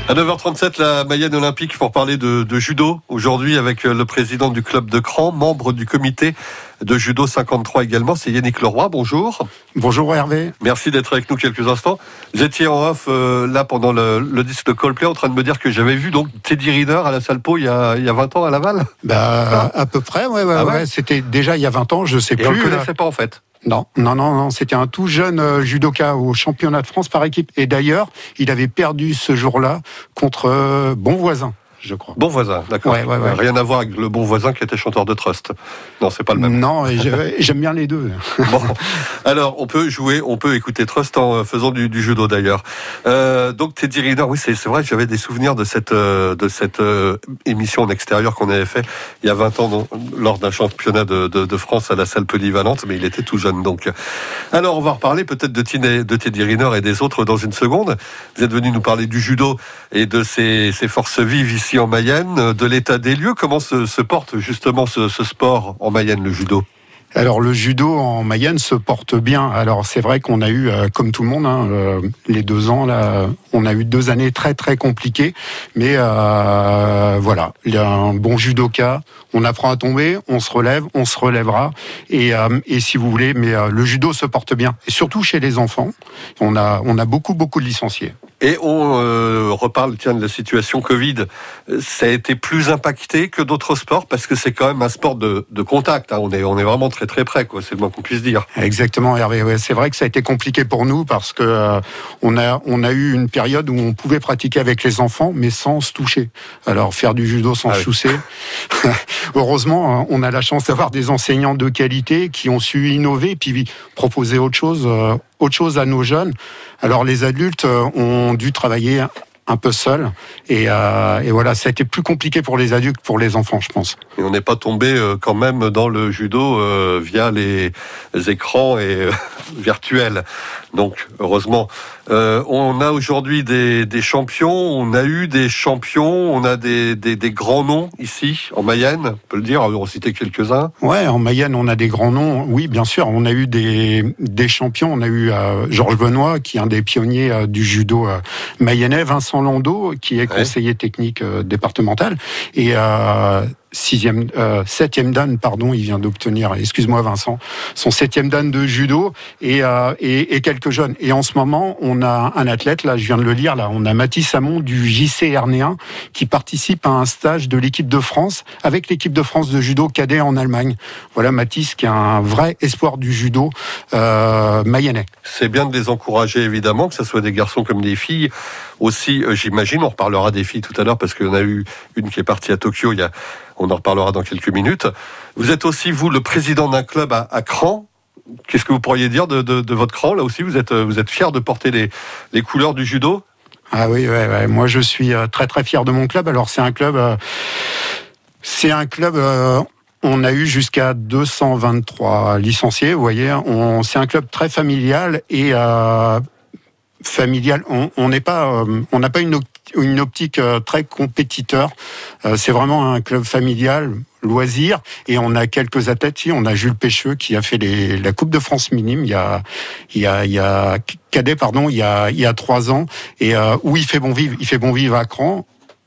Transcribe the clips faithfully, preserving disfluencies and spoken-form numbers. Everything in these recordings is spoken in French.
À neuf heures trente-sept, la Mayenne Olympique pour parler de, de judo. Aujourd'hui, avec le président du club de Cran, membre du comité de judo cinquante-trois également, c'est Yannick Leroy. Bonjour. Bonjour Hervé. Merci d'être avec nous quelques instants. Vous étiez en off euh, là pendant le, le disque de Coldplay en train de me dire que j'avais vu donc Teddy Riner à la Salle Pau il y a, il y a vingt ans à Laval. Bah, à peu près, ouais, ouais, ah ouais. ouais. C'était déjà il y a vingt ans, je sais Et plus. on ne le connaissait pas en fait. Non, non, non, non, c'était un tout jeune euh, judoka au championnat de France par équipe. Et d'ailleurs, il avait perdu ce jour-là contre euh, Bonvoisin, je crois. Bon voisin, d'accord. Ouais, ouais, ouais. Rien à voir avec le bon voisin qui était chanteur de Trust. Non, c'est pas le même. Non, et je- j'aime bien les deux. Bon, alors on peut jouer, on peut écouter Trust en faisant du, du judo d'ailleurs. Euh, donc Teddy Riner, oui, c'est, c'est vrai que j'avais des souvenirs de cette euh, de cette euh, émission en extérieur qu'on avait fait il y a vingt ans dans, lors d'un championnat de, de, de France à la salle polyvalente, mais il était tout jeune donc. Alors on va reparler peut-être de, Tine, de Teddy Riner et des autres dans une seconde. Vous êtes venu nous parler du judo et de ses, ses forces vives ici en Mayenne, de l'état des lieux. Comment se, se porte justement ce, ce sport en Mayenne, le judo ? Alors le judo en Mayenne se porte bien. Alors c'est vrai qu'on a eu, euh, comme tout le monde, hein, euh, les deux ans là, on a eu deux années très très compliquées. Mais euh, voilà, il y a un bon judoka. On apprend à tomber, on se relève, on se relèvera. Et, euh, et si vous voulez, mais euh, le judo se porte bien. Et surtout chez les enfants, on a on a beaucoup beaucoup de licenciés. Et on euh, reparle tiens, de la situation Covid. Ça a été plus impacté que d'autres sports parce que c'est quand même un sport de, de contact. Hein. On est, on est vraiment très très près, quoi. C'est le moins qu'on puisse dire. Exactement, Hervé. Ouais, c'est vrai que ça a été compliqué pour nous parce que euh, on a on a eu une période où on pouvait pratiquer avec les enfants, mais sans se toucher. Alors faire du judo sans Ah se oui. toucher. Heureusement, on a la chance d'avoir des enseignants de qualité qui ont su innover puis proposer autre chose. Euh, autre chose à nos jeunes. Alors les adultes ont dû travailler un peu seuls et, euh, et voilà, ça a été plus compliqué pour les adultes que pour les enfants, je pense. Et on n'est pas tombé euh, quand même dans le judo euh, via les, les écrans et euh, virtuels. Donc heureusement, euh, on a aujourd'hui des, des champions. On a eu des champions. On a des, des, des grands noms ici en Mayenne. On peut le dire. On va en citer quelques-uns. Ouais, en Mayenne, on a des grands noms. Oui, bien sûr, on a eu des, des champions. On a eu euh, Georges Benoît, qui est un des pionniers euh, du judo euh, mayennais, Vincent Landau, qui est conseiller technique euh, départemental, et euh, sixième, euh, septième dan, pardon, il vient d'obtenir, excuse-moi Vincent, son septième dan de judo, et, euh, et, et quelques jeunes. Et en ce moment, on a un athlète, là, je viens de le lire, là, on a Mathis Hamon du J C Hernéen, qui participe à un stage de l'équipe de France, avec l'équipe de France de judo cadet en Allemagne. Voilà Mathis, qui est un vrai espoir du judo euh, mayennais. C'est bien de les encourager, évidemment, que ce soit des garçons comme des filles. Aussi, euh, j'imagine, on reparlera des filles tout à l'heure, parce qu'il y en a eu une qui est partie à Tokyo, il y a, on en reparlera dans quelques minutes. Vous êtes aussi, vous, le président d'un club à, à Cran. Qu'est-ce que vous pourriez dire de, de, de votre Cran, là aussi? Vous êtes, vous êtes fier de porter les, les couleurs du judo? Ah oui, ouais, ouais. Moi je suis très très fier de mon club. Alors c'est un club... Euh, c'est un club... Euh, On a eu jusqu'à deux cent vingt-trois licenciés, vous voyez. On, c'est un club très familial et euh, familial. On n'est pas, euh, on n'a pas une, une optique euh, très compétiteur. Euh, c'est vraiment un club familial, loisir. Et on a quelques athlètes. On a Jules Pécheux qui a fait les, la Coupe de France minime il y a, il y a, il y a cadet, pardon, il y a, il y a trois ans. Et euh, où il fait bon vivre, il fait bon vivre à Cran.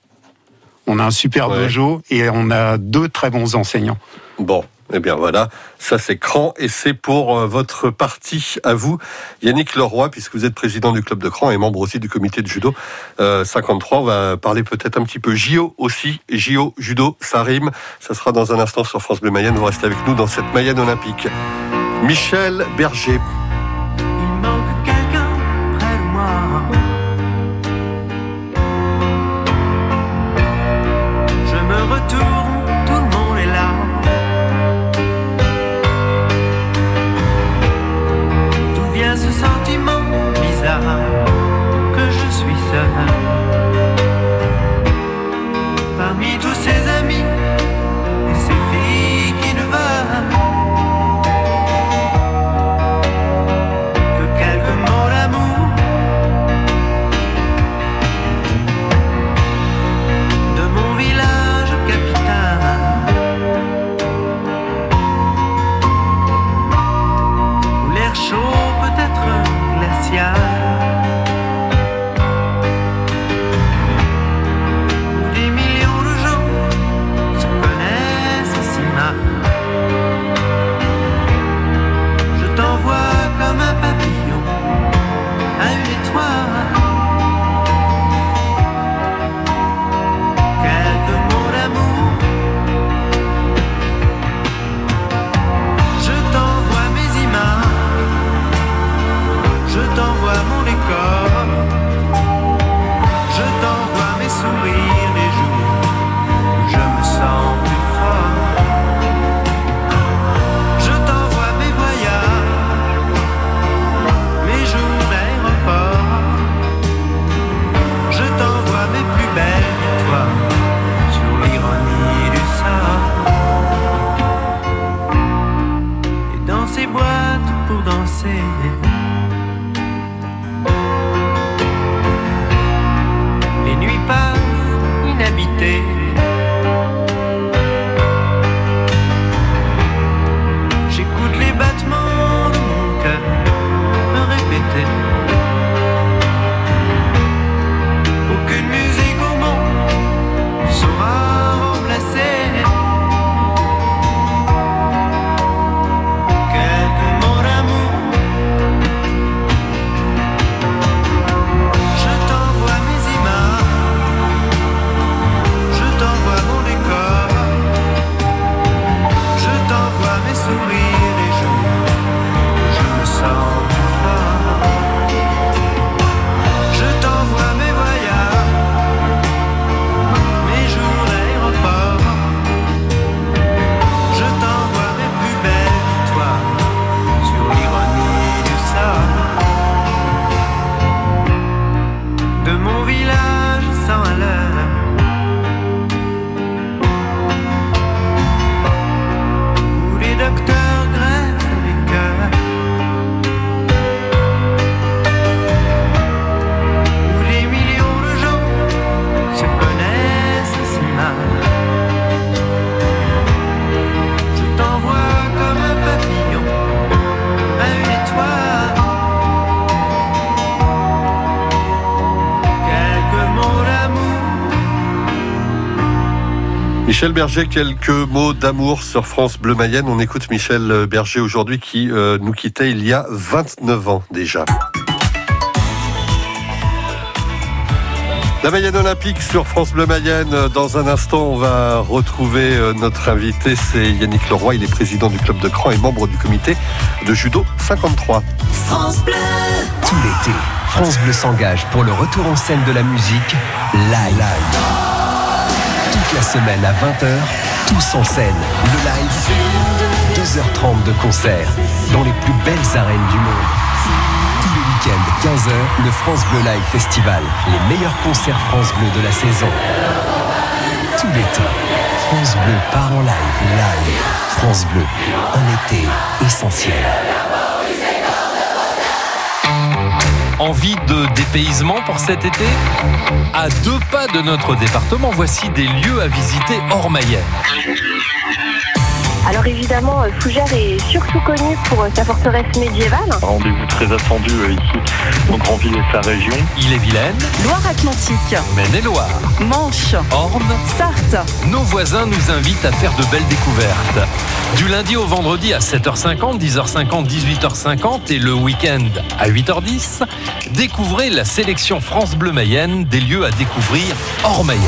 On a un super ouais. dojo et on a deux très bons enseignants. Bon, eh bien voilà, ça c'est Cran et c'est pour euh, votre partie à vous, Yannick Leroy, puisque vous êtes président du club de Cran et membre aussi du comité de judo euh, cinquante-trois. On va parler peut-être un petit peu J O aussi, J O, judo, ça rime. Ça sera dans un instant sur France Bleu Mayenne. Vous restez avec nous dans cette Mayenne olympique. Michel Berger. Que je suis seul parmi tous ces amis et ces filles qui ne veulent Les nuits passent inhabitées. J'écoute les battements de mon cœur me répéter. Aucune musique au monde ne saura remplacer quelques mots d'amour. Je t'envoie mes images, je t'envoie mon décor, je t'envoie mes sourires les jours où je me sens plus fort. Je t'envoie mes voyages, mes jours d'aéroport, je t'envoie mes plus belles victoires sur l'ironie du sort. De mon village sans à l'heure, où les docteurs greffent les cœurs, où des millions de gens se connaissent si mal. Je t'envoie comme un papillon à une étoile quelques mots d'amour. Michel Berger, quelques mots d'amour sur France Bleu Mayenne. On écoute Michel Berger aujourd'hui qui euh, nous quittait il y a vingt-neuf ans déjà. La Mayenne Olympique sur France Bleu Mayenne. Dans un instant, on va retrouver notre invité, c'est Yannick Leroy. Il est président du club de Cran et membre du comité de judo cinquante-trois. France Bleu. Tout l'été, France Bleu s'engage pour le retour en scène de la musique live. Toute la semaine à vingt heures, tous en scène. Le live, deux heures trente de concert dans les plus belles arènes du monde. Tous les week-ends, quinze heures, le France Bleu Live Festival. Les meilleurs concerts France Bleu de la saison. Tout l'été, France Bleu part en live. Live. France Bleu, un été essentiel. Envie de dépaysement pour cet été ? À deux pas de notre département, voici des lieux à visiter hors Mayenne. Alors évidemment, Fougères est surtout connue pour sa forteresse médiévale. Rendez-vous très attendu euh, ici, dans Grandville et sa région. Ille-et-Vilaine, Loire-Atlantique, Maine-et-Loire, Manche, Orne, Sarthe. nos voisins nous invitent à faire de belles découvertes. Du lundi au vendredi à sept heures cinquante, dix heures cinquante, dix-huit heures cinquante et le week-end à huit heures dix, découvrez la sélection France Bleu Mayenne des lieux à découvrir hors Mayenne.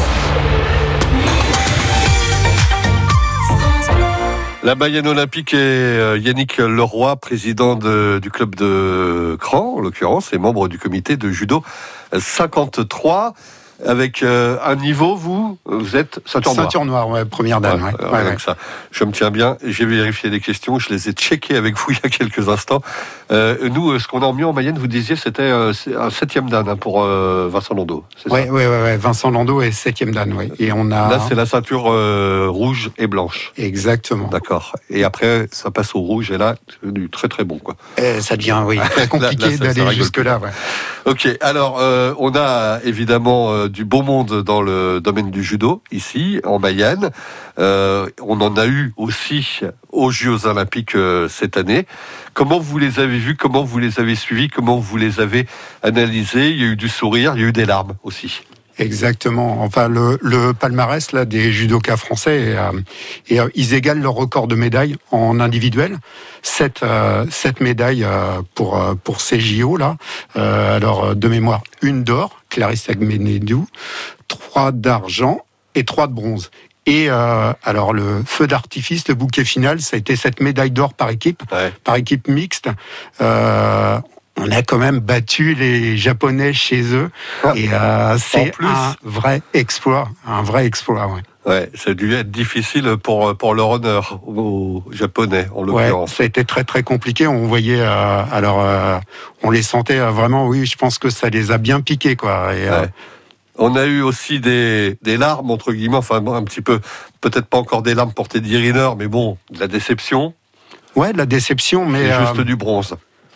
La Mayenne Olympique et Yannick Leroy, président de, du club de Cran, en l'occurrence, et membre du comité de judo cinquante-trois. Avec euh, un niveau, vous, vous êtes ceinture noire. Ceinture noire, ouais, première dan. Ouais, ouais, ouais, ouais, donc ouais. ça, je me tiens bien. J'ai vérifié les questions, je les ai checkées avec vous il y a quelques instants. Euh, nous, ce qu'on a emmené en Mayenne, vous disiez, c'était euh, un septième dan hein, pour euh, Vincent Landau. C'est ouais, ça ouais, ouais, ouais, Vincent Landau est septième dan, ouais. Et on a. Là, c'est la ceinture euh, rouge et blanche. Exactement. D'accord. Et après, ça passe au rouge, et là, c'est du très très bon, quoi. Et ça devient, oui, très compliqué là, là, d'aller jusque-là, ouais. Ok, alors euh, on a évidemment euh, du beau monde dans le domaine du judo, ici, en Mayenne. Euh, on en a eu aussi aux Jeux Olympiques euh, cette année. Comment vous les avez vus? Comment vous les avez suivis? Comment vous les avez analysés? Il y a eu du sourire, il y a eu des larmes aussi. Exactement. Enfin, le, le palmarès là des judokas français, euh, et euh, ils égalent leur record de médailles en individuel. Sept, euh, sept médailles euh, pour euh, pour ces J O là. Euh, alors de mémoire, une d'or, Clarisse Agmenedou, trois d'argent et trois de bronze. Et euh, alors le feu d'artifice, le bouquet final, ça a été cette médaille d'or par équipe, ouais. par équipe mixte. Euh, on a quand même battu les Japonais chez eux, ah, et euh, c'est un vrai exploit, un vrai exploit. Ouais. Ouais, ça a dû être difficile pour pour leur honneur aux Japonais en l'occurrence. Ouais, ça a été très très compliqué. On voyait, euh, alors euh, on les sentait euh, vraiment. Oui, je pense que ça les a bien piqués, quoi. Et, ouais. euh, On a eu aussi des, des larmes, entre guillemets, enfin un petit peu, peut-être pas encore des larmes pour Teddy Riner, mais bon, de la déception. Ouais, de la déception, mais... C'est juste euh, du bronze.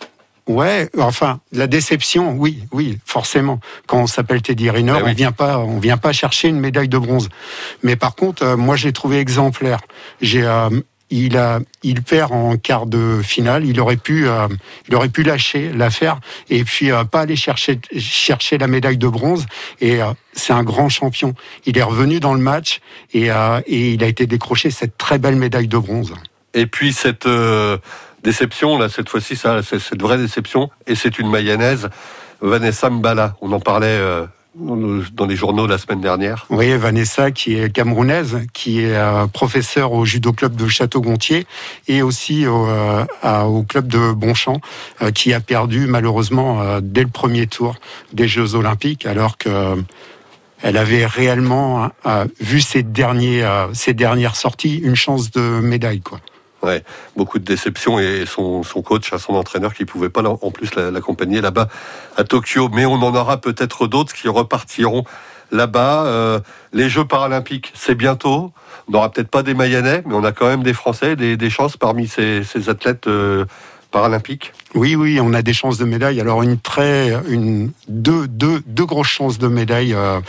Ouais, enfin, la déception, oui, oui, forcément. Quand on s'appelle Teddy Riner, oui. on vient pas, on vient pas chercher une médaille de bronze. Mais par contre, euh, moi, j'ai trouvé exemplaire. J'ai, euh, il a, il perd en quart de finale. Il aurait pu, euh, il aurait pu lâcher l'affaire et puis euh, pas aller chercher, chercher la médaille de bronze. Et euh, c'est un grand champion. Il est revenu dans le match et, euh, et il a été décroché cette très belle médaille de bronze. Et puis cette euh, déception, là, cette fois-ci, ça, c'est cette vraie déception, et c'est une mayonnaise, Vanessa Mbala. On en parlait euh, dans les journaux la semaine dernière. Oui, Vanessa, qui est camerounaise, qui est euh, professeure au judo club de Château-Gontier et aussi au, euh, à, au club de Bonchamp, euh, qui a perdu malheureusement euh, dès le premier tour des Jeux Olympiques, alors que euh, elle avait réellement euh, vu ses, derniers, euh, ses dernières sorties une chance de médaille, quoi. Ouais, beaucoup de déceptions et son, son coach, son entraîneur qui ne pouvait pas en plus l'accompagner là-bas à Tokyo. Mais on en aura peut-être d'autres qui repartiront là-bas. Euh, les Jeux paralympiques, c'est bientôt. On n'aura peut-être pas des Mayennais, mais on a quand même des Français, des, des chances parmi ces, ces athlètes euh, paralympiques. Oui, oui, on a des chances de médaille. Alors une très, une, deux, deux, deux grosses chances de médaille. Euh,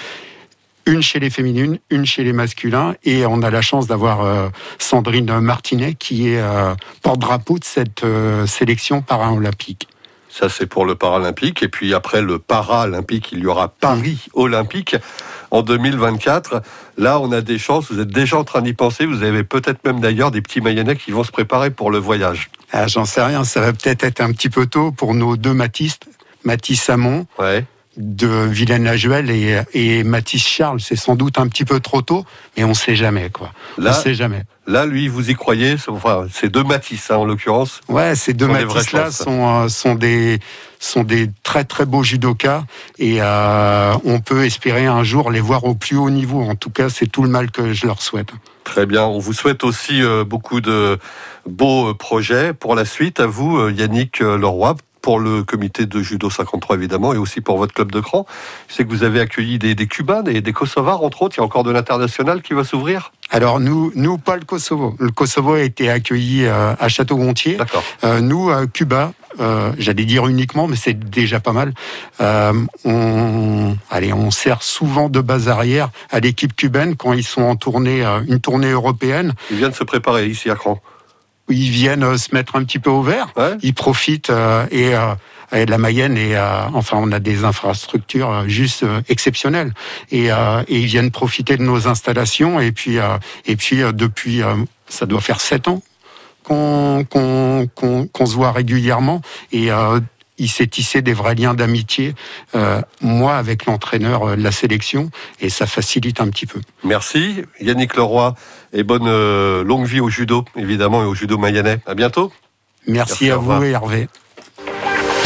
Une chez les féminines, une chez les masculins, et on a la chance d'avoir euh, Sandrine Martinet qui est euh, porte-drapeau de cette euh, sélection paralympique. Ça, c'est pour le paralympique. Et puis après le paralympique, il y aura Paris olympique en deux mille vingt-quatre. Là, on a des chances. Vous êtes déjà en train d'y penser. Vous avez peut-être même d'ailleurs des petits Mayennais qui vont se préparer pour le voyage. Ah, j'en sais rien. Ça va peut-être être un petit peu tôt pour nos deux Mathis, Mathis Samon. Ouais. De Vilaine-la-Juelle et, et Mathis Charles. C'est sans doute un petit peu trop tôt, mais on ne sait jamais, quoi. Là, on sait jamais. Là, lui, vous y croyez? Enfin, c'est deux Mathis, hein, en l'occurrence. Ouais, ces deux Mathis-là sont, euh, sont, des, sont des très très beaux judokas et euh, on peut espérer un jour les voir au plus haut niveau. En tout cas, c'est tout le mal que je leur souhaite. Très bien. On vous souhaite aussi euh, beaucoup de beaux projets pour la suite. À vous, euh, Yannick Leroy, pour le comité de judo cinquante-trois évidemment, et aussi pour votre club de cran. Je sais que vous avez accueilli des, des Cubains, des, des Kosovars entre autres. Il y a encore de l'international qui va s'ouvrir. Alors nous, nous pas le Kosovo. Le Kosovo a été accueilli euh, à Château-Gontier. D'accord. Euh, nous, à Cuba, euh, j'allais dire uniquement, mais c'est déjà pas mal. Euh, on, allez, on sert souvent de base arrière à l'équipe cubaine quand ils sont en tournée, euh, une tournée européenne. Ils viennent se préparer ici à Cran. Ils viennent euh, se mettre un petit peu au vert. Ouais. Ils profitent euh, et, euh, et la Mayenne et euh, enfin on a des infrastructures euh, juste euh, exceptionnelles et, euh, et ils viennent profiter de nos installations et puis euh, et puis euh, depuis euh, ça doit faire sept ans qu'on qu'on qu'on, qu'on se voit régulièrement et euh, il s'est tissé des vrais liens d'amitié, euh, moi avec l'entraîneur de la sélection, et ça facilite un petit peu. Merci Yannick Leroy, et bonne euh, longue vie au judo, évidemment, et au judo mayennais. À bientôt. Merci, Merci à vous, Hervé.